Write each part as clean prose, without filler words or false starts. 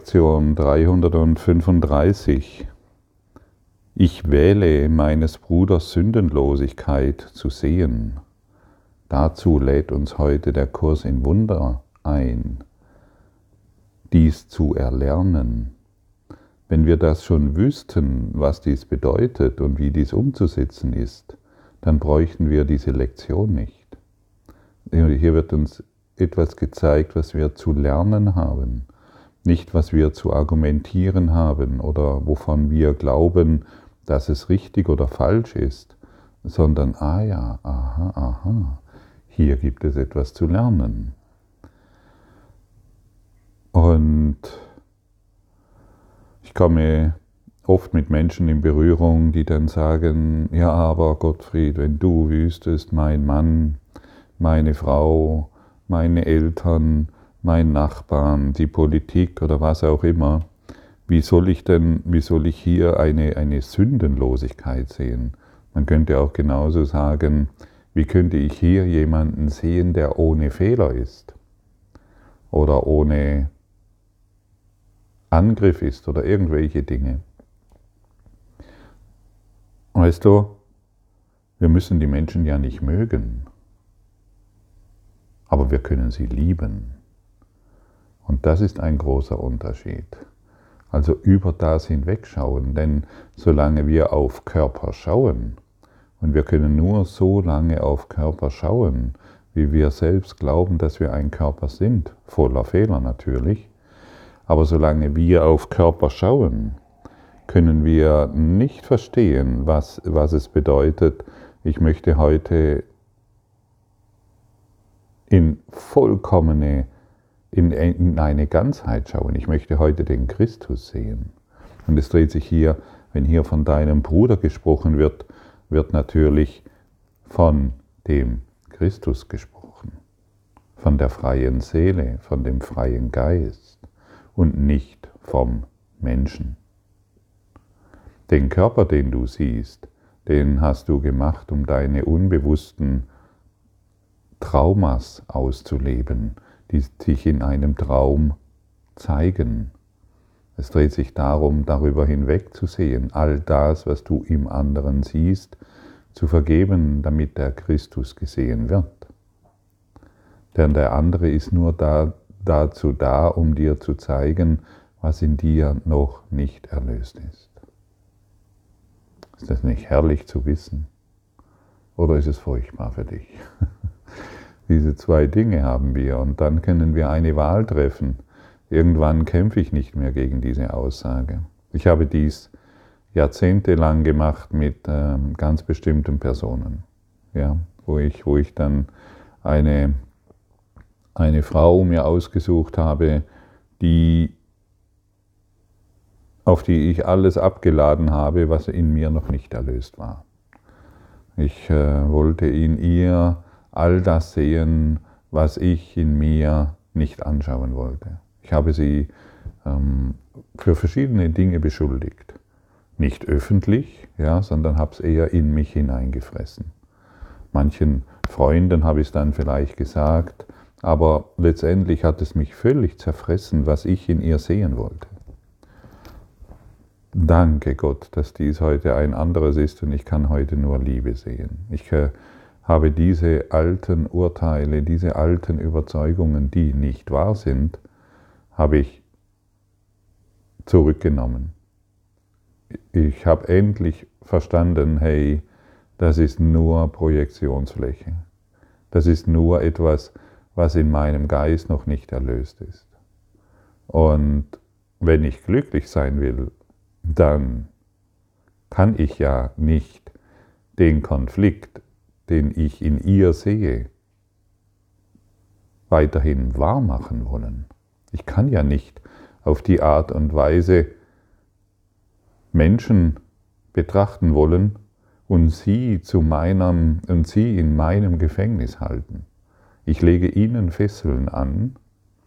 Lektion 335. Ich wähle meines Bruders Sündenlosigkeit zu sehen. Dazu lädt uns heute der Kurs in Wunder ein, dies zu erlernen. Wenn wir das schon wüssten, was dies bedeutet und wie dies umzusetzen ist, dann bräuchten wir diese Lektion nicht. Hier wird uns etwas gezeigt, was wir zu lernen haben, nicht was wir zu argumentieren haben oder wovon wir glauben, dass es richtig oder falsch ist, sondern, hier gibt es etwas zu lernen. Und ich komme oft mit Menschen in Berührung, die dann sagen, ja, aber Gottfried, wenn du wüsstest, mein Mann, meine Frau, meine Eltern, mein Nachbarn, die Politik oder was auch immer, wie soll ich hier eine Sündenlosigkeit sehen? Man könnte auch genauso sagen, wie könnte ich hier jemanden sehen, der ohne Fehler ist oder ohne Angriff ist oder irgendwelche Dinge. Weißt du, wir müssen die Menschen ja nicht mögen, aber wir können sie lieben. Und das ist ein großer Unterschied. Also über das hinwegschauen, denn solange wir auf Körper schauen, und wir können nur so lange auf Körper schauen, wie wir selbst glauben, dass wir ein Körper sind, voller Fehler natürlich, aber solange wir auf Körper schauen, können wir nicht verstehen, was es bedeutet, ich möchte heute in eine Ganzheit schauen. Ich möchte heute den Christus sehen. Und es dreht sich hier, wenn hier von deinem Bruder gesprochen wird, wird natürlich von dem Christus gesprochen, von der freien Seele, von dem freien Geist und nicht vom Menschen. Den Körper, den du siehst, den hast du gemacht, um deine unbewussten Traumas auszuleben, die sich in einem Traum zeigen. Es dreht sich darum, darüber hinwegzusehen, all das, was du im anderen siehst, zu vergeben, damit der Christus gesehen wird. Denn der andere ist nur dazu da, um dir zu zeigen, was in dir noch nicht erlöst ist. Ist das nicht herrlich zu wissen? Oder ist es furchtbar für dich? Diese zwei Dinge haben wir und dann können wir eine Wahl treffen. Irgendwann kämpfe ich nicht mehr gegen diese Aussage. Ich habe dies jahrzehntelang gemacht mit ganz bestimmten Personen, ja, wo ich dann eine Frau mir ausgesucht habe, auf die ich alles abgeladen habe, was in mir noch nicht erlöst war. Ich wollte in ihr all das sehen, was ich in mir nicht anschauen wollte. Ich habe sie für verschiedene Dinge beschuldigt. Nicht öffentlich, ja, sondern habe es eher in mich hineingefressen. Manchen Freunden habe ich es dann vielleicht gesagt, aber letztendlich hat es mich völlig zerfressen, was ich in ihr sehen wollte. Danke Gott, dass dies heute ein anderes ist und ich kann heute nur Liebe sehen. Ich habe diese alten Urteile, diese alten Überzeugungen, die nicht wahr sind, habe ich zurückgenommen. Ich habe endlich verstanden, hey, das ist nur Projektionsfläche. Das ist nur etwas, was in meinem Geist noch nicht erlöst ist. Und wenn ich glücklich sein will, dann kann ich ja nicht den Konflikt, den ich in ihr sehe, weiterhin wahrmachen wollen. Ich kann ja nicht auf die Art und Weise Menschen betrachten wollen und sie in meinem Gefängnis halten. Ich lege ihnen Fesseln an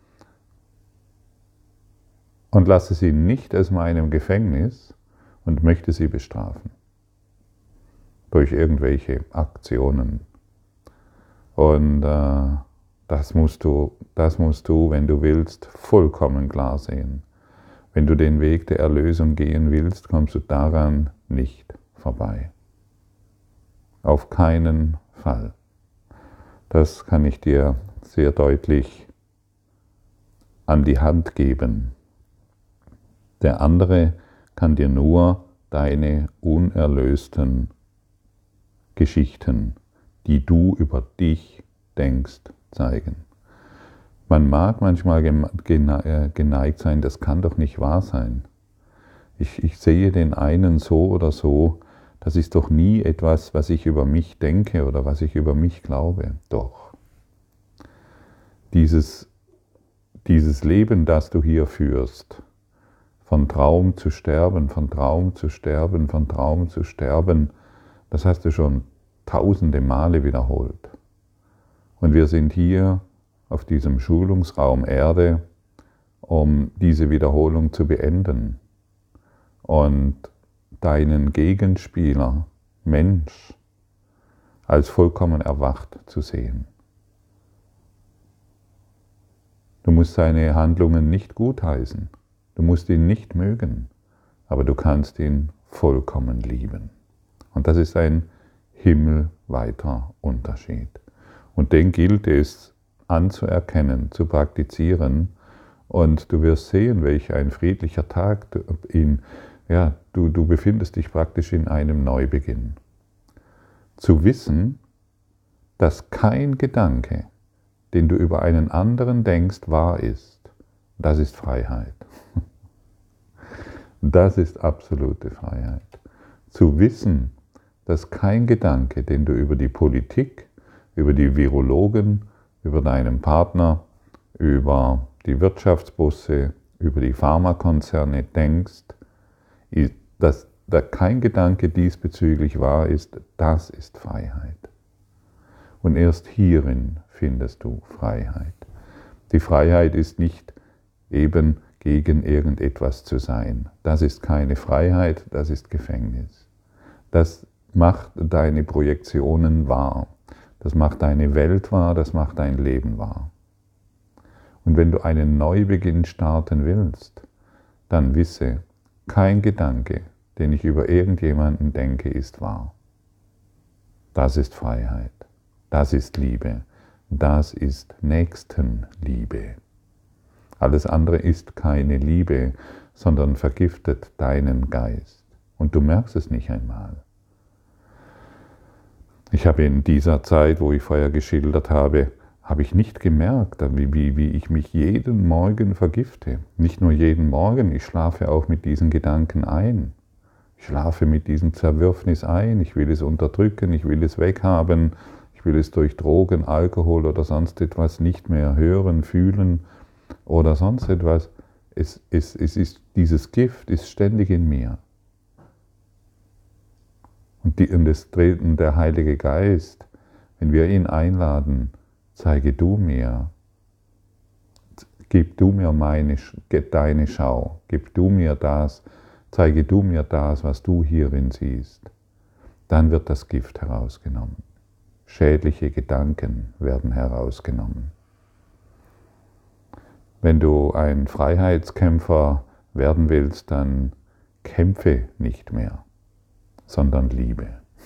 und lasse sie nicht aus meinem Gefängnis und möchte sie bestrafen durch irgendwelche Aktionen. Und das musst du, wenn du willst, vollkommen klar sehen. Wenn du den Weg der Erlösung gehen willst, kommst du daran nicht vorbei. Auf keinen Fall. Das kann ich dir sehr deutlich an die Hand geben. Der andere kann dir nur deine unerlösten Geschichten, die du über dich denkst, zeigen. Man mag manchmal geneigt sein, das kann doch nicht wahr sein. Ich sehe den einen so oder so, das ist doch nie etwas, was ich über mich denke oder was ich über mich glaube. Doch. Dieses Leben, das du hier führst, von Traum zu sterben, von Traum zu sterben, von Traum zu sterben, das hast du schon tausende Male wiederholt. Und wir sind hier auf diesem Schulungsraum Erde, um diese Wiederholung zu beenden und deinen Gegenspieler, Mensch, als vollkommen erwacht zu sehen. Du musst seine Handlungen nicht gutheißen, du musst ihn nicht mögen, aber du kannst ihn vollkommen lieben. Und das ist ein himmelweiter Unterschied. Und den gilt es anzuerkennen, zu praktizieren, und du wirst sehen, welch ein friedlicher Tag du befindest dich praktisch in einem Neubeginn. Zu wissen, dass kein Gedanke, den du über einen anderen denkst, wahr ist, das ist Freiheit. Das ist absolute Freiheit. Zu wissen, dass kein Gedanke, den du über die Politik, über die Virologen, über deinen Partner, über die Wirtschaftsbusse, über die Pharmakonzerne denkst, dass da kein Gedanke diesbezüglich wahr ist, das ist Freiheit. Und erst hierin findest du Freiheit. Die Freiheit ist nicht eben gegen irgendetwas zu sein. Das ist keine Freiheit, das ist Gefängnis. Das macht deine Projektionen wahr. Das macht deine Welt wahr, das macht dein Leben wahr. Und wenn du einen Neubeginn starten willst, dann wisse, kein Gedanke, den ich über irgendjemanden denke, ist wahr. Das ist Freiheit, das ist Liebe, das ist Nächstenliebe. Alles andere ist keine Liebe, sondern vergiftet deinen Geist. Und du merkst es nicht einmal. Ich habe in dieser Zeit, wo ich vorher geschildert habe, habe ich nicht gemerkt, wie ich mich jeden Morgen vergifte. Nicht nur jeden Morgen, ich schlafe auch mit diesen Gedanken ein. Ich schlafe mit diesem Zerwürfnis ein, ich will es unterdrücken, ich will es weghaben, ich will es durch Drogen, Alkohol oder sonst etwas nicht mehr hören, fühlen oder sonst etwas. Dieses Gift ist ständig in mir. Und der Heilige Geist, wenn wir ihn einladen, zeige du mir, gib du mir deine Schau, gib du mir das, zeige du mir das, was du hierin siehst. Dann wird das Gift herausgenommen. Schädliche Gedanken werden herausgenommen. Wenn du ein Freiheitskämpfer werden willst, dann kämpfe nicht mehr, sondern liebe.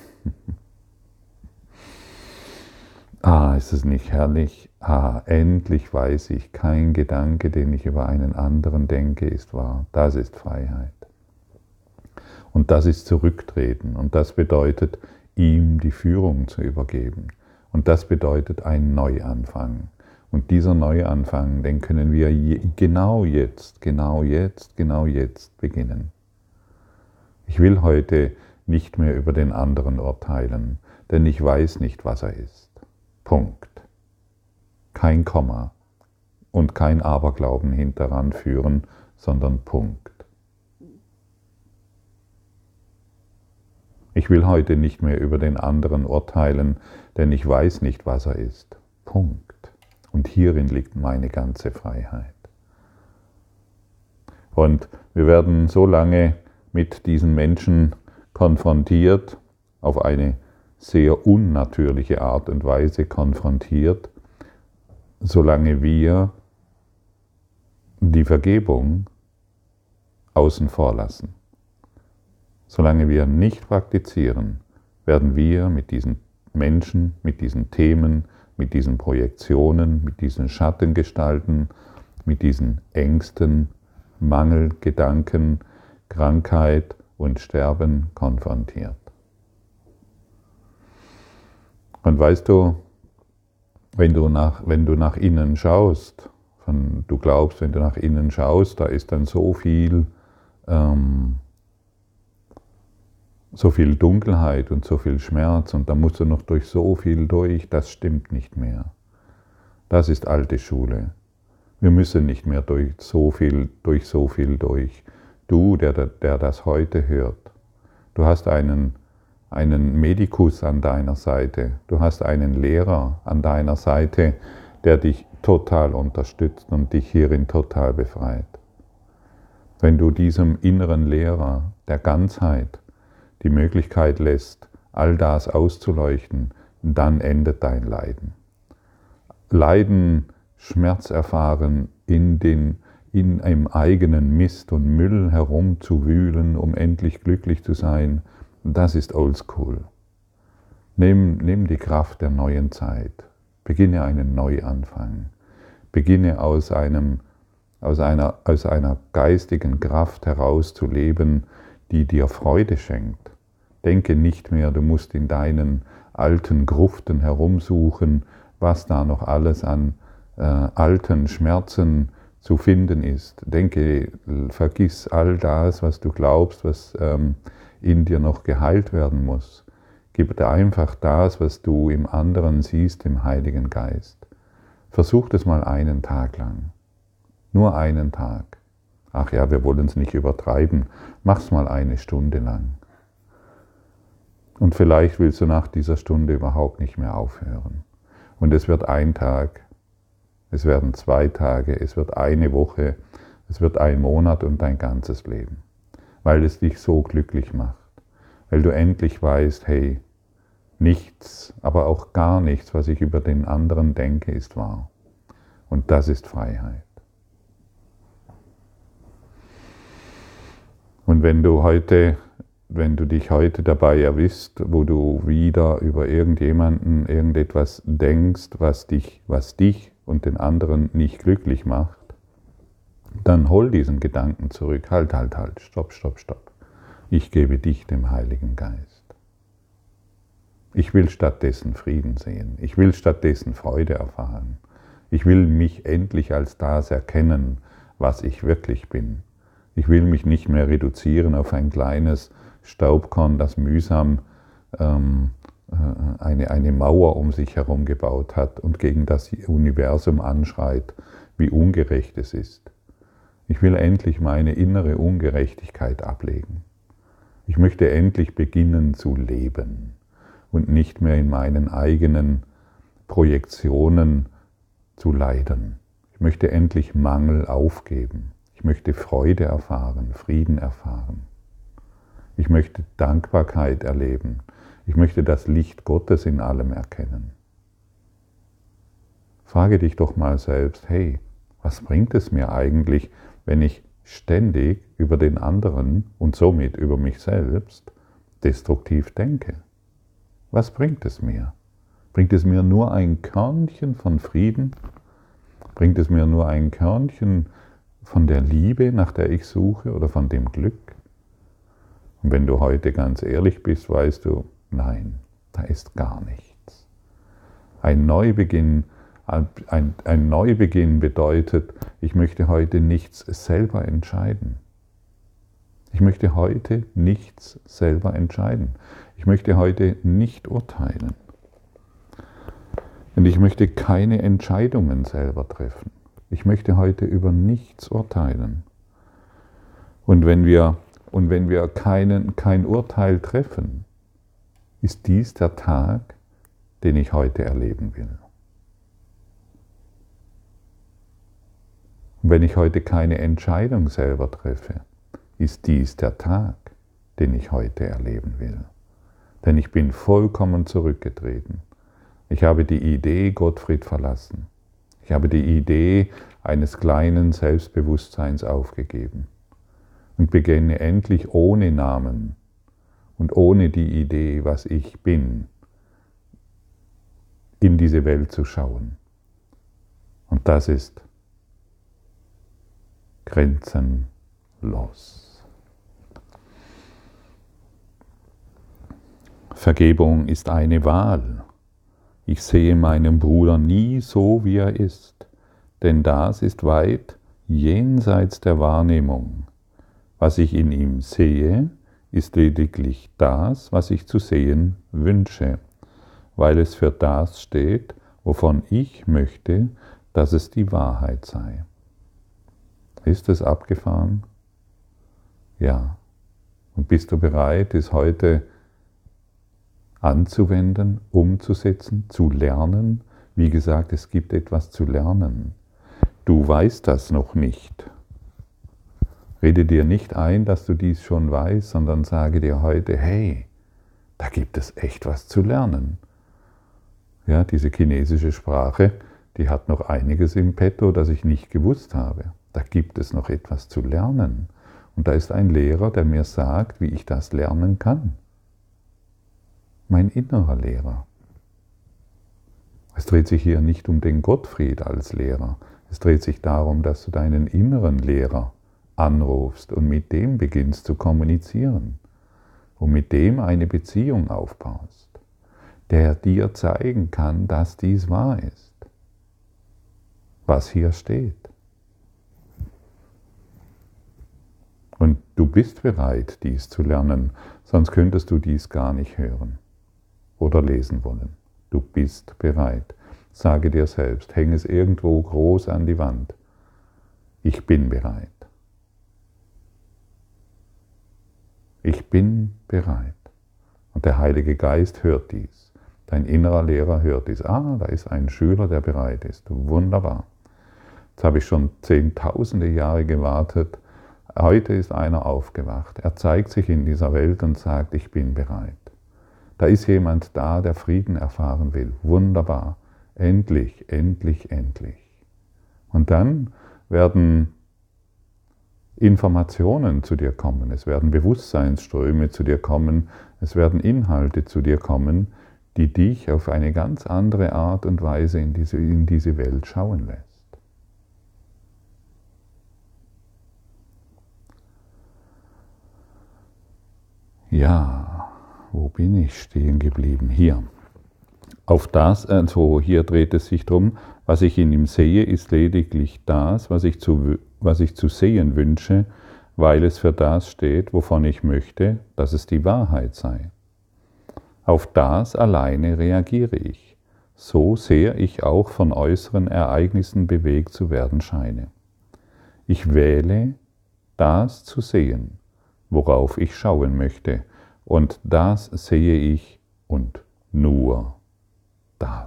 Ist es nicht herrlich? Endlich weiß ich, kein Gedanke, den ich über einen anderen denke, ist wahr. Das ist Freiheit. Und das ist Zurücktreten. Und das bedeutet, ihm die Führung zu übergeben. Und das bedeutet ein Neuanfang. Und dieser Neuanfang, den können wir genau jetzt beginnen. Ich will heute nicht mehr über den anderen urteilen, denn ich weiß nicht, was er ist. Punkt. Kein Komma und kein Aberglauben hinteran führen, sondern Punkt. Ich will heute nicht mehr über den anderen urteilen, denn ich weiß nicht, was er ist. Punkt. Und hierin liegt meine ganze Freiheit. Und wir werden so lange mit diesen Menschen konfrontiert, auf eine sehr unnatürliche Art und Weise konfrontiert, solange wir die Vergebung außen vor lassen. Solange wir nicht praktizieren, werden wir mit diesen Menschen, mit diesen Themen, mit diesen Projektionen, mit diesen Schattengestalten, mit diesen Ängsten, Mangelgedanken, Krankheit und Sterben konfrontiert. Und weißt du, wenn du nach innen schaust, du glaubst, wenn du nach innen schaust, da ist dann so viel Dunkelheit und so viel Schmerz und da musst du noch durch so viel durch, das stimmt nicht mehr. Das ist alte Schule. Wir müssen nicht mehr durch so viel durch. Du, der das heute hört, du hast einen Medikus an deiner Seite, du hast einen Lehrer an deiner Seite, der dich total unterstützt und dich hierin total befreit. Wenn du diesem inneren Lehrer der Ganzheit die Möglichkeit lässt, all das auszuleuchten, dann endet dein Leiden. Leiden, Schmerz erfahren, in einem eigenen Mist und Müll herumzuwühlen, um endlich glücklich zu sein, das ist oldschool. Nimm die Kraft der neuen Zeit. Beginne einen Neuanfang. Beginne aus einer geistigen Kraft heraus zu leben, die dir Freude schenkt. Denke nicht mehr, du musst in deinen alten Gruften herumsuchen, was da noch alles an alten Schmerzen zu finden ist. Denke, vergiss all das, was du glaubst, was in dir noch geheilt werden muss. Gib dir einfach das, was du im anderen siehst, im Heiligen Geist. Versuch das mal einen Tag lang. Nur einen Tag. Ach ja, wir wollen es nicht übertreiben. Mach's mal eine Stunde lang. Und vielleicht willst du nach dieser Stunde überhaupt nicht mehr aufhören. Und es wird ein Tag, es werden 2 Tage, es wird eine Woche, es wird ein Monat und dein ganzes Leben. Weil es dich so glücklich macht. Weil du endlich weißt, hey, nichts, aber auch gar nichts, was ich über den anderen denke, ist wahr. Und das ist Freiheit. Und wenn du dich heute dabei erwischst, wo du wieder über irgendjemanden, irgendetwas denkst, was dich und den anderen nicht glücklich macht, dann hol diesen Gedanken zurück. Halt, stopp. Ich gebe dich dem Heiligen Geist. Ich will stattdessen Frieden sehen. Ich will stattdessen Freude erfahren. Ich will mich endlich als das erkennen, was ich wirklich bin. Ich will mich nicht mehr reduzieren auf ein kleines Staubkorn, das mühsam eine Mauer um sich herum gebaut hat und gegen das Universum anschreit, wie ungerecht es ist. Ich will endlich meine innere Ungerechtigkeit ablegen. Ich möchte endlich beginnen zu leben und nicht mehr in meinen eigenen Projektionen zu leiden. Ich möchte endlich Mangel aufgeben. Ich möchte Freude erfahren, Frieden erfahren. Ich möchte Dankbarkeit erleben. Ich möchte das Licht Gottes in allem erkennen. Frage dich doch mal selbst, hey, was bringt es mir eigentlich, wenn ich ständig über den anderen und somit über mich selbst destruktiv denke? Was bringt es mir? Bringt es mir nur ein Körnchen von Frieden? Bringt es mir nur ein Körnchen von der Liebe, nach der ich suche, oder von dem Glück? Und wenn du heute ganz ehrlich bist, weißt du, nein, da ist gar nichts. Ein Neubeginn bedeutet, ich möchte heute nichts selber entscheiden. Ich möchte heute nichts selber entscheiden. Ich möchte heute nicht urteilen. Und ich möchte keine Entscheidungen selber treffen. Ich möchte heute über nichts urteilen. Und wenn wir kein Urteil treffen, ist dies der Tag, den ich heute erleben will. Und wenn ich heute keine Entscheidung selber treffe, ist dies der Tag, den ich heute erleben will. Denn ich bin vollkommen zurückgetreten. Ich habe die Idee Gottfried verlassen. Ich habe die Idee eines kleinen Selbstbewusstseins aufgegeben. und beginne endlich ohne Namen und ohne die Idee, was ich bin, in diese Welt zu schauen. Und das ist grenzenlos. Vergebung ist eine Wahl. Ich sehe meinen Bruder nie so, wie er ist, denn das ist weit jenseits der Wahrnehmung. Was ich in ihm sehe, ist lediglich das, was ich zu sehen wünsche, weil es für das steht, wovon ich möchte, dass es die Wahrheit sei. Ist es abgefahren? Ja. Und bist du bereit, es heute anzuwenden, umzusetzen, zu lernen? Wie gesagt, es gibt etwas zu lernen. Du weißt das noch nicht. Rede dir nicht ein, dass du dies schon weißt, sondern sage dir heute, hey, da gibt es echt was zu lernen. Ja, diese chinesische Sprache, die hat noch einiges im Petto, das ich nicht gewusst habe. Da gibt es noch etwas zu lernen. Und da ist ein Lehrer, der mir sagt, wie ich das lernen kann. Mein innerer Lehrer. Es dreht sich hier nicht um den Gottfried als Lehrer. Es dreht sich darum, dass du deinen inneren Lehrer anrufst und mit dem beginnst zu kommunizieren und mit dem eine Beziehung aufbaust, der dir zeigen kann, dass dies wahr ist, was hier steht. Und du bist bereit, dies zu lernen, sonst könntest du dies gar nicht hören oder lesen wollen. Du bist bereit. Sage dir selbst, häng es irgendwo groß an die Wand. Ich bin bereit. Ich bin bereit. Und der Heilige Geist hört dies. Dein innerer Lehrer hört dies. Ah, da ist ein Schüler, der bereit ist. Wunderbar. Jetzt habe ich schon zehntausende Jahre gewartet. Heute ist einer aufgewacht. Er zeigt sich in dieser Welt und sagt, ich bin bereit. Da ist jemand da, der Frieden erfahren will. Wunderbar. Endlich, endlich, endlich. Und dann werden Informationen zu dir kommen, es werden Bewusstseinsströme zu dir kommen, es werden Inhalte zu dir kommen, die dich auf eine ganz andere Art und Weise in diese Welt schauen lässt. Ja, wo bin ich stehen geblieben? Hier. Auf das, also hier dreht es sich darum, was ich in ihm sehe, ist lediglich das, was ich zu sehen wünsche, weil es für das steht, wovon ich möchte, dass es die Wahrheit sei. Auf das alleine reagiere ich, so sehr ich auch von äußeren Ereignissen bewegt zu werden scheine. Ich wähle, das zu sehen, worauf ich schauen möchte, und das sehe ich und nur das.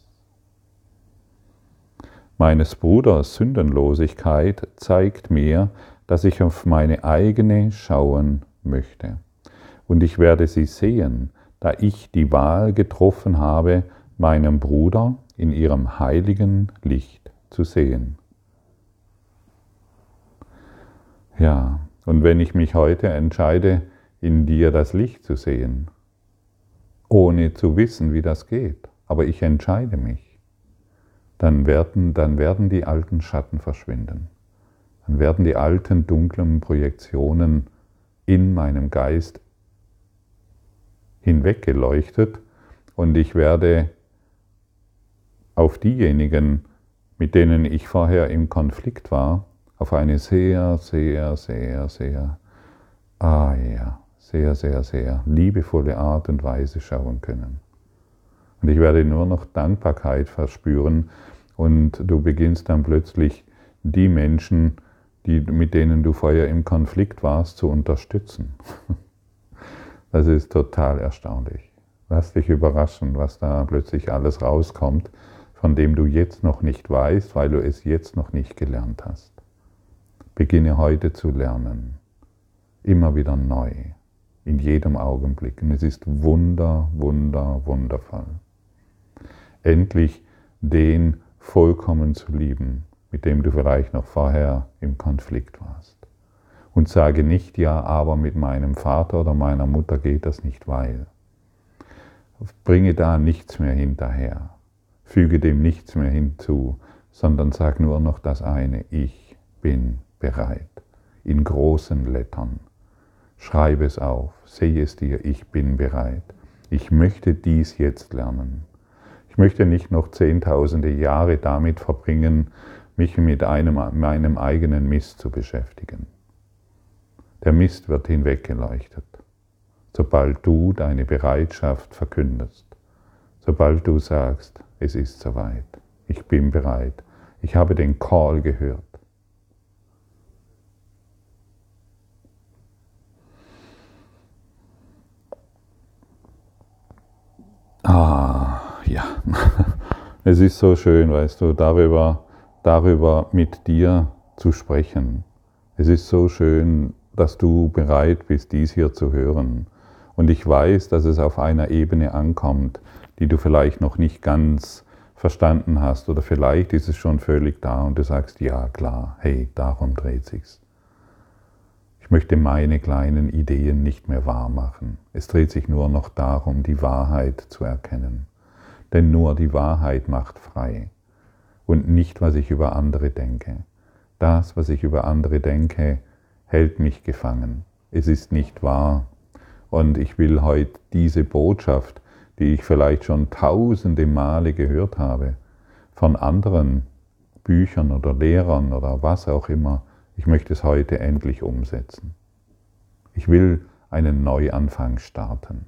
Meines Bruders Sündenlosigkeit zeigt mir, dass ich auf meine eigene schauen möchte. Und ich werde sie sehen, da ich die Wahl getroffen habe, meinen Bruder in ihrem heiligen Licht zu sehen. Ja, und wenn ich mich heute entscheide, in dir das Licht zu sehen, ohne zu wissen, wie das geht, aber ich entscheide mich, dann werden die alten Schatten verschwinden. Dann werden die alten dunklen Projektionen in meinem Geist hinweggeleuchtet und ich werde auf diejenigen, mit denen ich vorher im Konflikt war, auf eine sehr, sehr, sehr, sehr, sehr, sehr, sehr liebevolle Art und Weise schauen können. Und ich werde nur noch Dankbarkeit verspüren und du beginnst dann plötzlich die Menschen, mit denen du vorher im Konflikt warst, zu unterstützen. Das ist total erstaunlich. Lass dich überraschen, was da plötzlich alles rauskommt, von dem du jetzt noch nicht weißt, weil du es jetzt noch nicht gelernt hast. Beginne heute zu lernen. Immer wieder neu. In jedem Augenblick. Und es ist wundervoll. Endlich den vollkommen zu lieben, mit dem du vielleicht noch vorher im Konflikt warst. Und sage nicht, ja, aber mit meinem Vater oder meiner Mutter geht das nicht, weil. Bringe da nichts mehr hinterher. Füge dem nichts mehr hinzu, sondern sag nur noch das eine, ich bin bereit. In großen Lettern. Schreibe es auf, sehe es dir, ich bin bereit. Ich möchte dies jetzt lernen. Ich möchte nicht noch zehntausende Jahre damit verbringen, mich mit meinem eigenen Mist zu beschäftigen. Der Mist wird hinweggeleuchtet, sobald du deine Bereitschaft verkündest, sobald du sagst, es ist soweit, ich bin bereit, ich habe den Call gehört. Ja, es ist so schön, weißt du, darüber mit dir zu sprechen. Es ist so schön, dass du bereit bist, dies hier zu hören. Und ich weiß, dass es auf einer Ebene ankommt, die du vielleicht noch nicht ganz verstanden hast, oder vielleicht ist es schon völlig da und du sagst, ja klar, hey, darum dreht sich's. Ich möchte meine kleinen Ideen nicht mehr wahr machen. Es dreht sich nur noch darum, die Wahrheit zu erkennen. Denn nur die Wahrheit macht frei und nicht, was ich über andere denke. Das, was ich über andere denke, hält mich gefangen. Es ist nicht wahr. Und ich will heute diese Botschaft, die ich vielleicht schon tausende Male gehört habe, von anderen Büchern oder Lehrern oder was auch immer, ich möchte es heute endlich umsetzen. Ich will einen Neuanfang starten.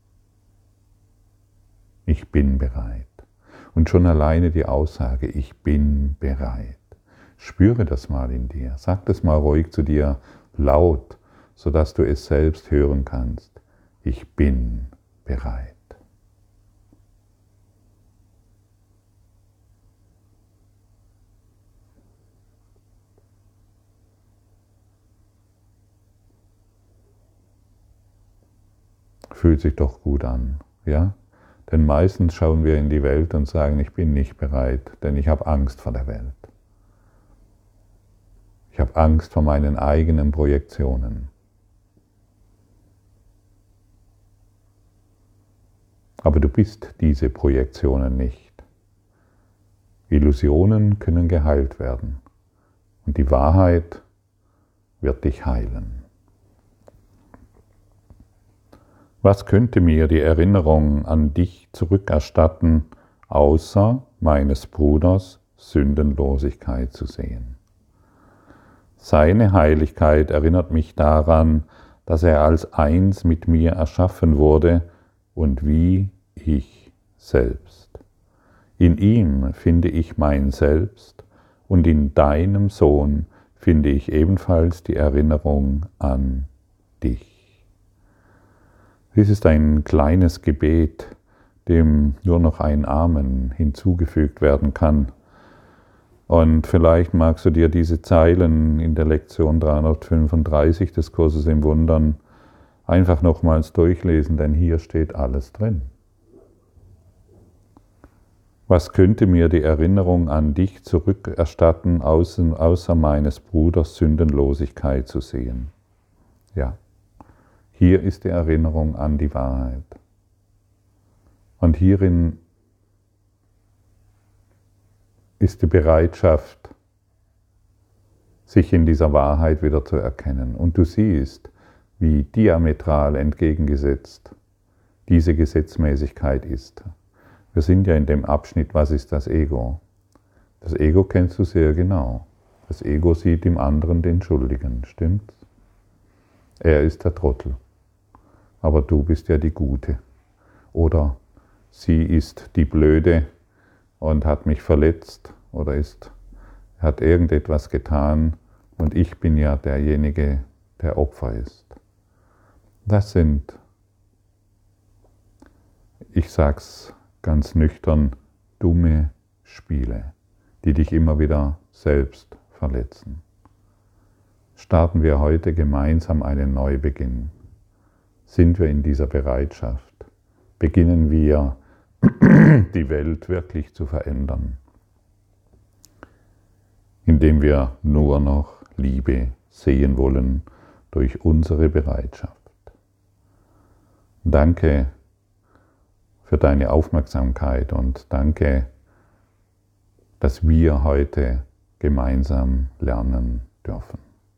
Ich bin bereit. Und schon alleine die Aussage, ich bin bereit. Spüre das mal in dir. Sag das mal ruhig zu dir laut, sodass du es selbst hören kannst. Ich bin bereit. Fühlt sich doch gut an, ja? Denn meistens schauen wir in die Welt und sagen, ich bin nicht bereit, denn ich habe Angst vor der Welt. Ich habe Angst vor meinen eigenen Projektionen. Aber du bist diese Projektionen nicht. Illusionen können geheilt werden und die Wahrheit wird dich heilen. Was könnte mir die Erinnerung an dich zurückerstatten, außer meines Bruders Sündenlosigkeit zu sehen? Seine Heiligkeit erinnert mich daran, dass er als eins mit mir erschaffen wurde und wie ich selbst. In ihm finde ich mein Selbst und in deinem Sohn finde ich ebenfalls die Erinnerung an dich. Dies ist ein kleines Gebet, dem nur noch ein Amen hinzugefügt werden kann. Und vielleicht magst du dir diese Zeilen in der Lektion 335 des Kurses im Wundern einfach nochmals durchlesen, denn hier steht alles drin. Was könnte mir die Erinnerung an dich zurückerstatten, außer meines Bruders Sündenlosigkeit zu sehen? Ja. Hier ist die Erinnerung an die Wahrheit. Und hierin ist die Bereitschaft, sich in dieser Wahrheit wieder zu erkennen. Und du siehst, wie diametral entgegengesetzt diese Gesetzmäßigkeit ist. Wir sind ja in dem Abschnitt, was ist das Ego? Das Ego kennst du sehr genau. Das Ego sieht im anderen den Schuldigen, stimmt's? Er ist der Trottel. Aber du bist ja die Gute. Oder sie ist die Blöde und hat mich verletzt oder hat irgendetwas getan und ich bin ja derjenige, der Opfer ist. Das sind, ich sag's ganz nüchtern, dumme Spiele, die dich immer wieder selbst verletzen. Starten wir heute gemeinsam einen Neubeginn. Sind wir in dieser Bereitschaft? Beginnen wir, die Welt wirklich zu verändern, indem wir nur noch Liebe sehen wollen durch unsere Bereitschaft. Danke für deine Aufmerksamkeit und danke, dass wir heute gemeinsam lernen dürfen.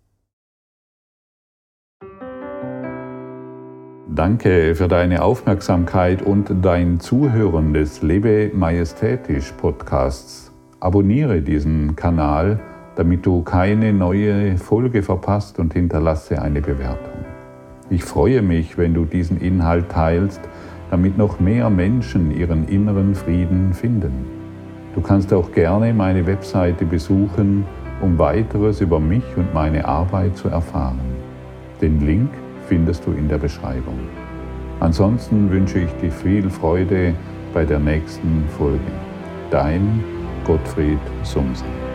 Danke für deine Aufmerksamkeit und dein Zuhören des Lebe Majestätisch Podcasts. Abonniere diesen Kanal, damit du keine neue Folge verpasst, und hinterlasse eine Bewertung. Ich freue mich, wenn du diesen Inhalt teilst, damit noch mehr Menschen ihren inneren Frieden finden. Du kannst auch gerne meine Webseite besuchen, um weiteres über mich und meine Arbeit zu erfahren. Den Link findest du in der Beschreibung. Ansonsten wünsche ich dir viel Freude bei der nächsten Folge. Dein Gottfried Sumsen.